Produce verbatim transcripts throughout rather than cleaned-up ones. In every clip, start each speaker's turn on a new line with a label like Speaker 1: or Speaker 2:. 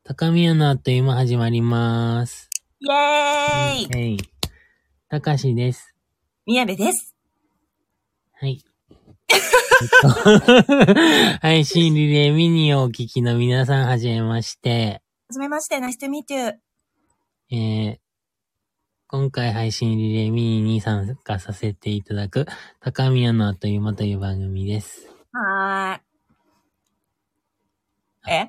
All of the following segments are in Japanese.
Speaker 1: 高宮のあっという間始まります。
Speaker 2: イェーイ、
Speaker 1: はい。たかしです。
Speaker 2: みやべです。
Speaker 1: はい。配信リレーミニをお聞きの皆さん、はじめまして。
Speaker 2: はじめまして、ナイストゥミートゥー。
Speaker 1: えー、今回配信リレーミニに参加させていただく、高宮のあっという間という番組です。
Speaker 2: はーい。え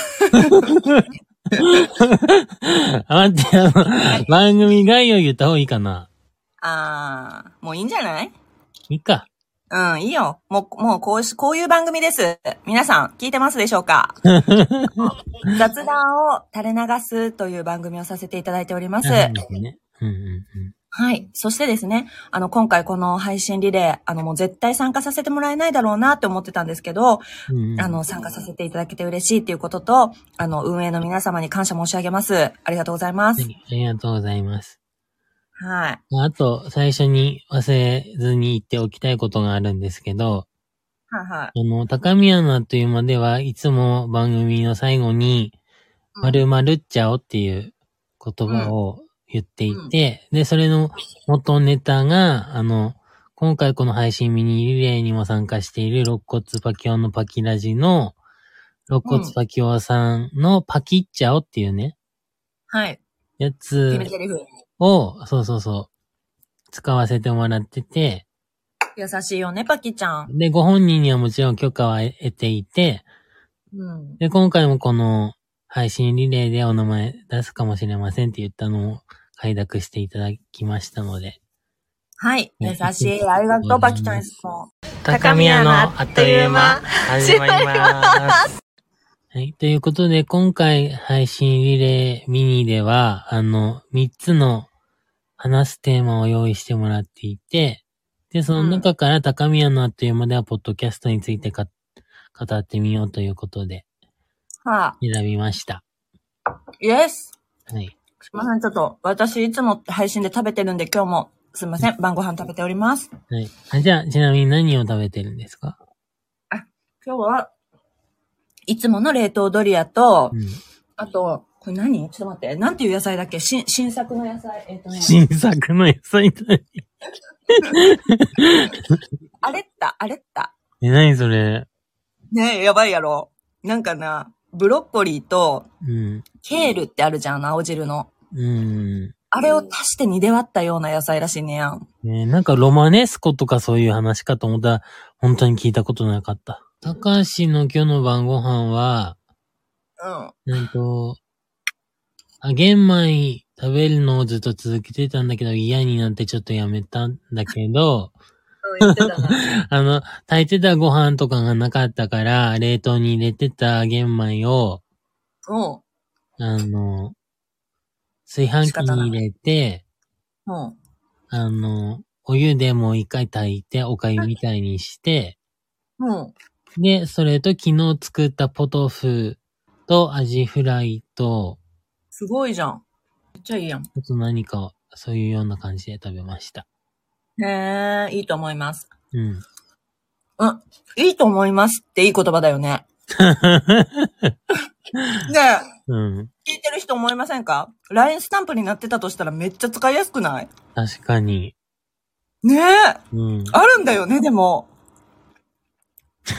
Speaker 1: あ、待って、あの、番組概要言った方がいいかな。
Speaker 2: あー、もういいんじゃない？
Speaker 1: いいか。
Speaker 2: うん、いいよ。もう、もうこうし、こういう番組です。皆さん、聞いてますでしょうか？雑談を垂れ流すという番組をさせていただいております。
Speaker 1: そうですね。うんうんうん。
Speaker 2: はい。そしてですね、あの、今回この配信リレー、あの、もう絶対参加させてもらえないだろうなって思ってたんですけど、
Speaker 1: うんうん、
Speaker 2: あの、参加させていただけて嬉しいっていうことと、あの、運営の皆様に感謝申し上げます。ありがとうございます。
Speaker 1: はい、ありがとうございます。
Speaker 2: はい。
Speaker 1: あと、最初に忘れずに言っておきたいことがあるんですけど、
Speaker 2: はいはい。
Speaker 1: あの、高宮のあっという間ではいつも番組の最後に、まるまるっちゃおっていう言葉を言っていて、うん、で、それの元ネタが、あの、今回この配信ミニリレーにも参加している肋骨パキオのパキラジの、肋骨パキオさんのパキっちゃおっていうね、
Speaker 2: はい。
Speaker 1: やつを、そうそうそう、使わせてもらってて、
Speaker 2: 優しいよね、パキちゃん。
Speaker 1: で、ご本人にはもちろん許可は得ていて、うん、で、今回もこの配信リレーでお名前出すかもしれませんって言ったのを快諾していただきましたので。
Speaker 2: はい。優しい。ありがとう、パキちゃん。
Speaker 1: 高宮のあっという間、始まります。はい。ということで、今回配信リレーミニでは、あの、みっつの話すテーマを用意してもらっていて、で、その中から高宮のあっという間では、ポッドキャストについてか語ってみようということで、はあ、選びました。
Speaker 2: イエス。
Speaker 1: はい。
Speaker 2: すみません、ちょっと、私いつも配信で食べてるんで、今日も、すみません、晩ご飯食べております。
Speaker 1: はい。あ、じゃあ、ちなみに何を食べてるんですか？
Speaker 2: あ、今日は、いつもの冷凍ドリアと、うん、あと、これ何？ちょっと待って。なんていう野菜だっけ？新、新作の野菜。えっとね。
Speaker 1: 新作の野菜って
Speaker 2: あれった、あれった。
Speaker 1: え、何それ？
Speaker 2: ねえ、やばいやろ。なんかな、ブロッコリーと、うん、ケールってあるじゃん、青汁の。うん。あれを足して煮で割ったような野菜らしいねやん。
Speaker 1: ね、なんかロマネスコとかそういう話かと思ったら、本当に聞いたことなかった。高橋の今日の晩ご飯は、うん。えっと、あ、玄米食べるのをずっと続けてたんだけど、嫌になってちょっとやめたんだけど、
Speaker 2: うん、言ってたな。
Speaker 1: あの、炊いてたご飯とかがなかったから、冷凍に入れてた玄米を、
Speaker 2: うん。
Speaker 1: あの、炊飯器に入れて、うん。あの、お湯でもう一回炊いて、お粥みたいにして、うん。で、それと昨日作ったポトフとアジフライと、
Speaker 2: すごいじゃん。めっちゃいいやん。
Speaker 1: あと何か、そういうような感じで食べました。
Speaker 2: へー、いいと思います。
Speaker 1: うん。
Speaker 2: うん、いいと思いますっていい言葉だよね。ねえ、うん。聞いてる人思いませんか？ ライン スタンプになってたとしたらめっちゃ使いやすくない？
Speaker 1: 確かに。
Speaker 2: ねえ。うん。あるんだよね、でも。と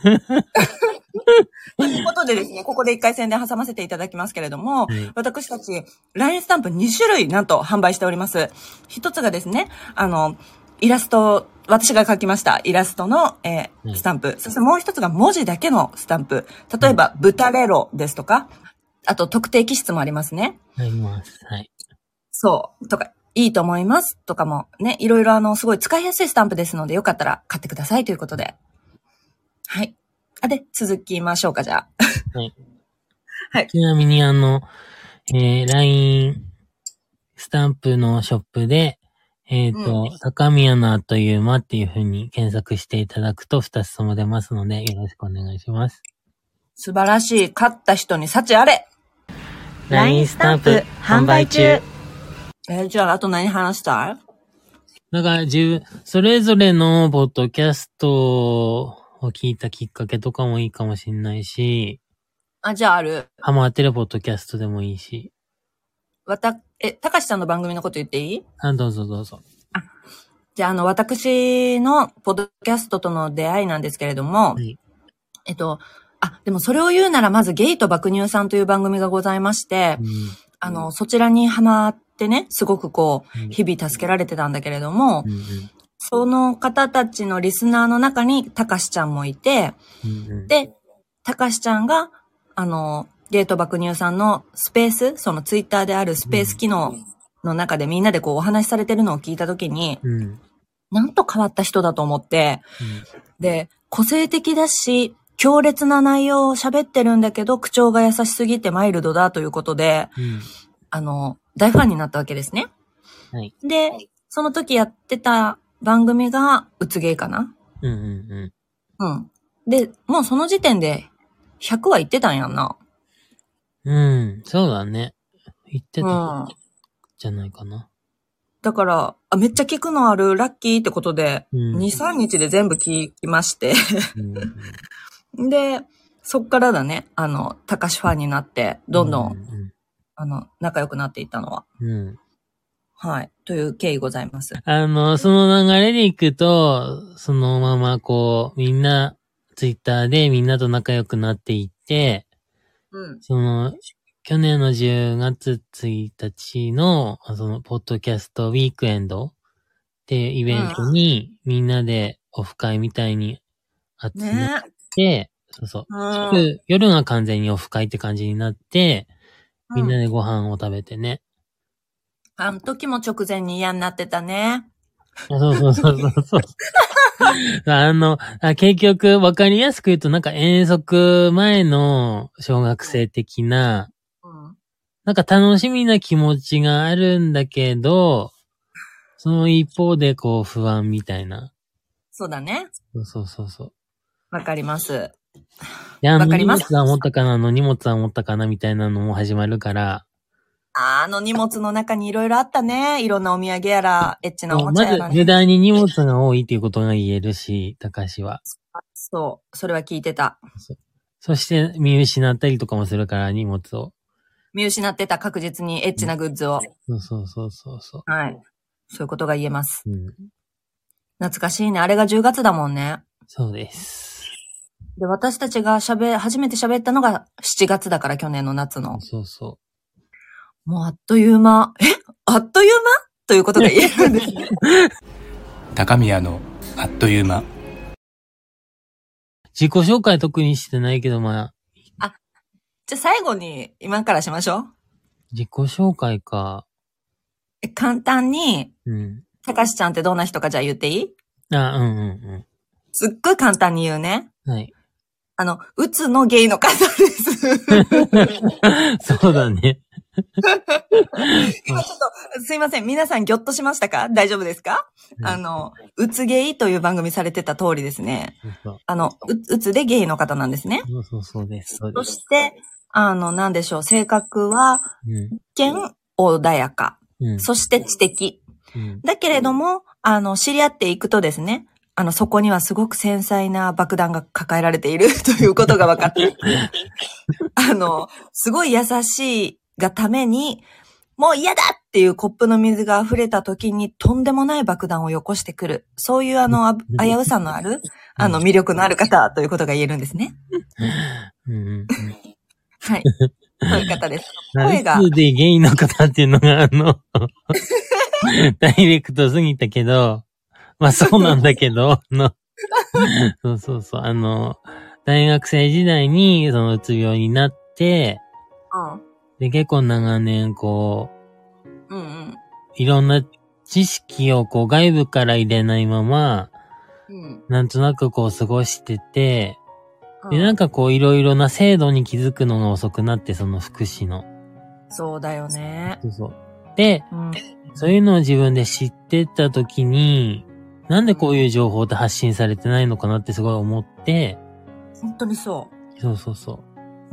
Speaker 2: いうことでですね、ここで一回宣伝挟ませていただきますけれども、はい、私たち、ライン スタンプに種類なんと販売しております。一つがですね、あの、イラスト、私が描きましたイラストの、えーはい、スタンプ。そしてもう一つが文字だけのスタンプ。例えば、ブタレロですとか、あと特定気質もありますね。
Speaker 1: あります。はい。
Speaker 2: そう。とか、いいと思いますとかもね、いろいろあの、すごい使いやすいスタンプですので、よかったら買ってくださいということで。はい。あ、で、続きましょうか、じゃあ。
Speaker 1: はい。はい。ちなみにあの、えー、ライン スタンプのショップで、えっ、ー、と、うん、高宮のあっという間っていう風に検索していただくと二つとも出ますので、よろしくお願いします。
Speaker 2: 素晴らしい。勝った人に幸あれ。
Speaker 1: ライン スタンプ販売中。え
Speaker 2: ー、じゃあ、あと何話したい？
Speaker 1: だから、自分、それぞれのポッドキャストを聞いたきっかけとかもいいかもしれないし、
Speaker 2: あ、じゃあある。
Speaker 1: ハマってるポッドキャストでもいいし。
Speaker 2: わた、え、たかしさんの番組のこと言っていい？
Speaker 1: あ、どうぞどうぞ。
Speaker 2: あ、じゃああの、私のポッドキャストとの出会いなんですけれども、
Speaker 1: はい。
Speaker 2: えっと、あ、でもそれを言うならまずゲイと爆乳さんという番組がございまして、
Speaker 1: うん、
Speaker 2: あの、そちらにハマってね、すごくこう、
Speaker 1: うん
Speaker 2: 日々助けられてたんだけれども、
Speaker 1: うんうん、
Speaker 2: その方たちのリスナーの中にたかしちゃんもいて、
Speaker 1: うんうん、
Speaker 2: で、たかしちゃんが、あの、ゲイと爆乳さんのスペース、そのツイッターであるスペース機能の中でみんなでこうお話しされてるのを聞いたときに、
Speaker 1: うん、
Speaker 2: なんと変わった人だと思って、
Speaker 1: うん、
Speaker 2: で、個性的だし、強烈な内容を喋ってるんだけど、口調が優しすぎてマイルドだということで、
Speaker 1: うん、
Speaker 2: あの、大ファンになったわけですね。
Speaker 1: はい。
Speaker 2: で、その時やってた番組が、うつゲイかな？
Speaker 1: うんうんうん。
Speaker 2: うん。で、もうその時点でひゃくは言ってたんやんな。
Speaker 1: うん、そうだね。言って
Speaker 2: う
Speaker 1: た
Speaker 2: ん。
Speaker 1: じゃないかな。
Speaker 2: だから、あ、めっちゃ聞くのある、ラッキーってことで、
Speaker 1: うん、
Speaker 2: に、さんにちで全部聞きまして。
Speaker 1: うん、
Speaker 2: で、そっからだね、あの、たかしファンになって、どんどん、
Speaker 1: うんうん、
Speaker 2: あの、仲良くなっていったのは。
Speaker 1: うん。
Speaker 2: はい。という経緯ございます。
Speaker 1: あの、その流れでいくと、そのままこう、みんな、ツイッターでみんなと仲良くなっていって、
Speaker 2: うん。
Speaker 1: その、去年のじゅうがつついたちの、その、ポッドキャストウィークエンドっていうイベントに、みんなでオフ会みたいに集まって、ね、そうそう、
Speaker 2: うん、
Speaker 1: 夜が完全にオフ会って感じになって、みんなでご飯を食べてね。
Speaker 2: うん、あの時も直前に嫌になってたね。
Speaker 1: そうそうそうそうそう。あのあ、結局わかりやすく言うとなんか遠足前の小学生的な、うん、なんか楽しみな気持ちがあるんだけど、その一方でこう不安みたいな。
Speaker 2: そうだね。
Speaker 1: そうそうそうそう。
Speaker 2: わかります。
Speaker 1: で、あの荷物は持ったかな、あの荷物は持ったかなみたいなのも始まるから。
Speaker 2: あの荷物の中にいろいろあったね。いろんなお土産やら、エッチなおもちゃやら、
Speaker 1: ね。まず、無駄に荷物が多いっていうことが言えるし、高橋は。
Speaker 2: そう。それは聞いてた。
Speaker 1: そ, そして見失ったりとかもするから、荷物を。
Speaker 2: 見失ってた確実にエッチなグッズを。
Speaker 1: そうそうそうそうそう。
Speaker 2: はい。そういうことが言えます。
Speaker 1: うん。
Speaker 2: 懐かしいね。あれがじゅうがつだもんね。
Speaker 1: そうです。
Speaker 2: で、私たちが喋、初めて喋ったのがしちがつだから、去年の夏の。
Speaker 1: そうそう。
Speaker 2: もうあっという間。えあっという間ということが言えるんですね。
Speaker 3: 高宮のあっという間。
Speaker 1: 自己紹介特にしてないけど、ま
Speaker 2: あ。あ、じゃあ最後に今からしましょう。
Speaker 1: 自己紹介か。
Speaker 2: え、簡単に、
Speaker 1: うん。
Speaker 2: たかしちゃんってどんな人かじゃあ言っていい？
Speaker 1: あ、うんうんうん。
Speaker 2: すっごい簡単に言うね。
Speaker 1: はい。
Speaker 2: あの、うつのゲイの方です。
Speaker 1: そうだね。
Speaker 2: 今ちょっと、すいません。皆さんギョッとしましたか？大丈夫ですか？うん、あの、うつゲイという番組されてた通りですね。そうそうあのう、うつでゲイの方なんですね。
Speaker 1: そうそうそうです。そう
Speaker 2: です。そして、あの、なんでしょう。性格は、一見穏やか。うん、そして知的。うん、だけれども、あの、知り合っていくとですね、あの、そこにはすごく繊細な爆弾が抱えられているということが分かって、あの、すごい優しいがために、もう嫌だっていうコップの水が溢れた時にとんでもない爆弾をよこしてくる。そういうあの、危うさのある、あの、魅力のある方ということが言えるんですね。
Speaker 1: うんうん、
Speaker 2: はい。そういう方です。
Speaker 1: 声が。でゲイの方っていうのがあの、ダイレクトすぎたけど、まあそうなんだけど、のそうそうそう、あの、大学生時代にそのうつ病になって、うん、で、結構長年こう、うんうん、いろんな知識をこう外部から入れないまま、うん、なんとなくこう過ごしてて、うん、で、なんかこういろいろな制度に気づくのが遅くなって、その福祉の。
Speaker 2: そうだよね。
Speaker 1: そうそう。で、うん、そういうのを自分で知ってった時に、なんでこういう情報って発信されてないのかなってすごい思って、
Speaker 2: 本当にそう。
Speaker 1: そうそうそう。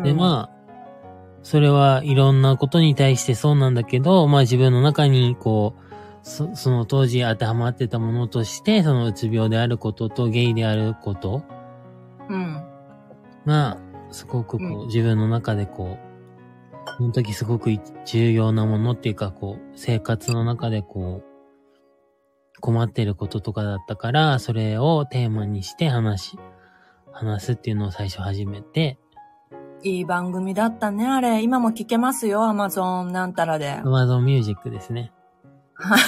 Speaker 1: で、うん、まあ、それはいろんなことに対してそうなんだけど、まあ自分の中にこう、そ, その当時当てはまってたものとして、そのうつ病であることとゲイであること。うん。まあ、 すごくこう、
Speaker 2: うん
Speaker 1: 自分の中でこう、その時すごく重要なものっていうかこう、生活の中でこう、困ってることとかだったから、それをテーマにして話し、話すっていうのを最初始めて、
Speaker 2: いい番組だったね、あれ。今も聞けますよ、アマゾンなんたらで。
Speaker 1: Amazon Music ですね。
Speaker 2: はい。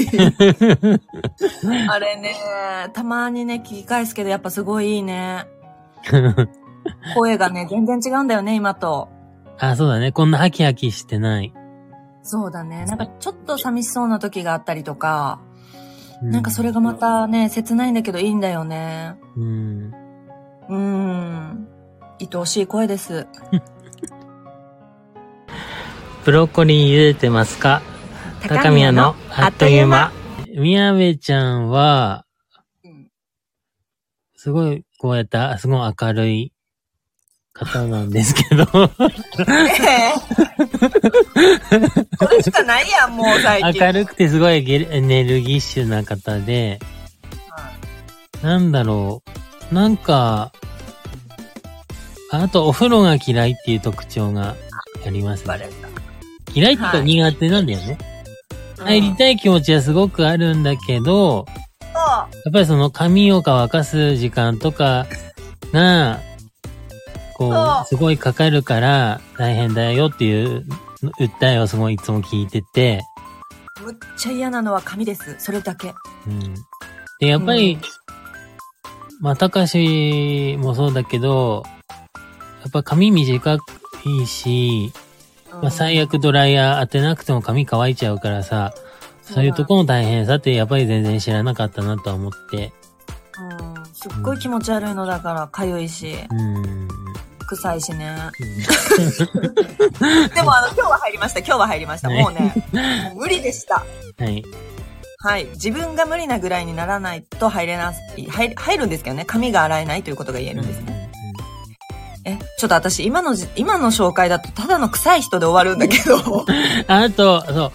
Speaker 2: あれね、たまにね、聞き返すけど、やっぱすごいいいね。声がね、全然違うんだよね、今と。
Speaker 1: あ、そうだね。こんなハキハキしてない。
Speaker 2: そうだね。なんかちょっと寂しそうな時があったりとか、
Speaker 1: う
Speaker 2: なんかそれがまたね、切ないんだけどいいんだよね。
Speaker 1: うん。
Speaker 2: うーん。愛おしい声です。
Speaker 1: ブロッコリー茹でてますか？高宮のあっという間。宮部ちゃんは、すごい、こうやったすごい明るい方なんですけど。
Speaker 2: ええこれしかないやん、もう最近。
Speaker 1: 明るくてすごいエネルギッシュな方で、なんだろう、なんか、あとお風呂が嫌いっていう特徴がありますね。嫌いっていうか苦手なんだよね。入りたい気持ちはすごくあるんだけど、やっぱりその髪を乾かす時間とかが、こう、すごいかかるから大変だよっていう訴えをすごいいつも聞いてて。
Speaker 2: むっちゃ嫌なのは髪です。それだけ。
Speaker 1: うん。で、やっぱり、うん、まあ、たかしもそうだけど、やっぱ髪短いし、まあ、最悪ドライヤー当てなくても髪乾いちゃうからさ、そういうとこの大変さってやっぱり全然知らなかったなとは思って。
Speaker 2: うん、すっごい気持ち悪いのだからかゆいし、うん、臭いしね。うん、でもあの今日は入りました。今日は入りました。もうね、もう無理でした。
Speaker 1: はい。
Speaker 2: はい。自分が無理なぐらいにならないと入れな、入、入るんですけどね。髪が洗えないということが言えるんですね。え、ちょっと私、今のじ、今の紹介だとただの臭い人で終わるんだけど。
Speaker 1: あと、そう。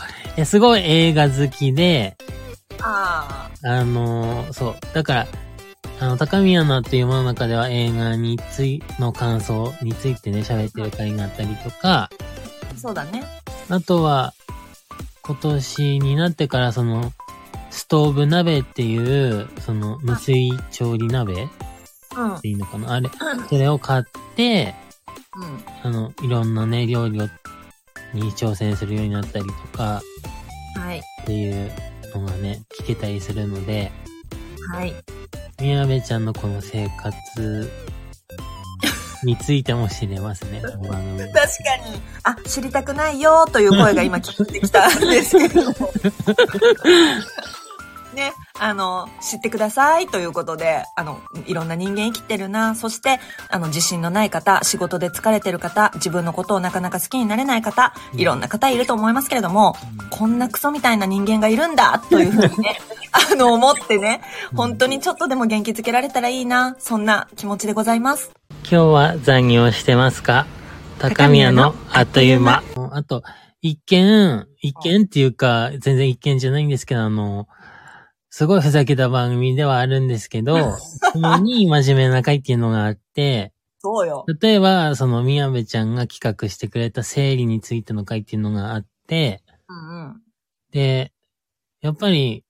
Speaker 1: すごい映画好きで、
Speaker 2: あ
Speaker 1: あ。あのー、そう。だから、あの、高宮のっていうものの中では映画につい、の感想についてね、喋ってる回があったりとか。
Speaker 2: そうだね。
Speaker 1: あとは、今年になってからその、ストーブ鍋っていう、その、無水調理鍋っていいのかな、あれ、それを買って、うん、あの、いろんなね、料理を、に挑戦するようになったりとか、
Speaker 2: はい。
Speaker 1: っていうのがね、聞けたりするので、
Speaker 2: はい。
Speaker 1: 宮部ちゃんのこの生活についても知れますね、
Speaker 2: 確かに。あ、知りたくないよという声が今聞こえてきたんですけども。ね、あの、知ってくださいということで、あの、いろんな人間生きてるな、そして、あの、自信のない方、仕事で疲れてる方、自分のことをなかなか好きになれない方、いろんな方いると思いますけれども、こんなクソみたいな人間がいるんだ、というふうにね、あの、思ってね、本当にちょっとでも元気づけられたらいいな、そんな気持ちでございます。
Speaker 1: 今日は残業してますか？高宮のあっという間。あと、一見、一見っていうか、全然一見じゃないんですけど、あの、すごいふざけた番組ではあるんですけど、そのに真面目な回っていうのがあって、
Speaker 2: そうよ。
Speaker 1: 例えば、その宮部ちゃんが企画してくれた生理についての回っていうのがあって、
Speaker 2: うんうん、
Speaker 1: で、やっぱり、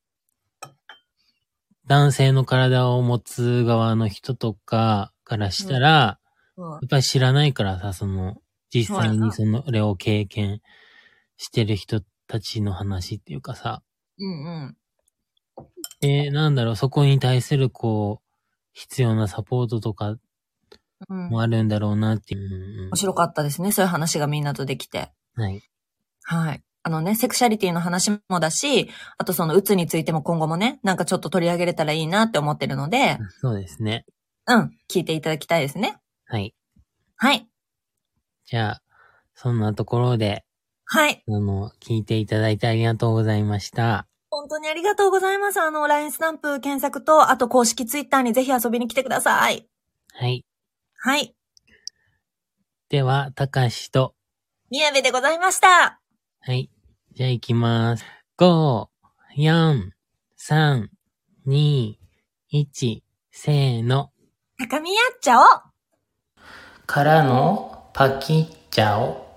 Speaker 1: 男性の体を持つ側の人とかからしたら、うんうん、やっぱり知らないからさ、その、実際にその、それを経験してる人たちの話っていうかさ、
Speaker 2: うんうん
Speaker 1: で、なんだろう、そこに対するこう、必要なサポートとかもあるんだろうなっていう。
Speaker 2: うん、面白かったですね。そういう話がみんなとできて。
Speaker 1: はい。
Speaker 2: はい。あのね、セクシャリティの話もだし、あとそのうつについても今後もね、なんかちょっと取り上げれたらいいなって思ってるので。
Speaker 1: そうですね。
Speaker 2: うん。聞いていただきたいですね。
Speaker 1: はい。
Speaker 2: はい。
Speaker 1: じゃあ、そんなところで。
Speaker 2: はい。
Speaker 1: あの、聞いていただいてありがとうございました。
Speaker 2: 本当にありがとうございます。あの、ライン スタンプ検索と、あと公式ツイッターにぜひ遊びに来てください。
Speaker 1: はい。
Speaker 2: はい。
Speaker 1: では、たかしと、
Speaker 2: 宮部でございました。
Speaker 1: はい。じゃあ行きます。ご、よん、さん、に、いち、せーの。
Speaker 2: 高みやっちゃお
Speaker 1: からのパキッチャオ。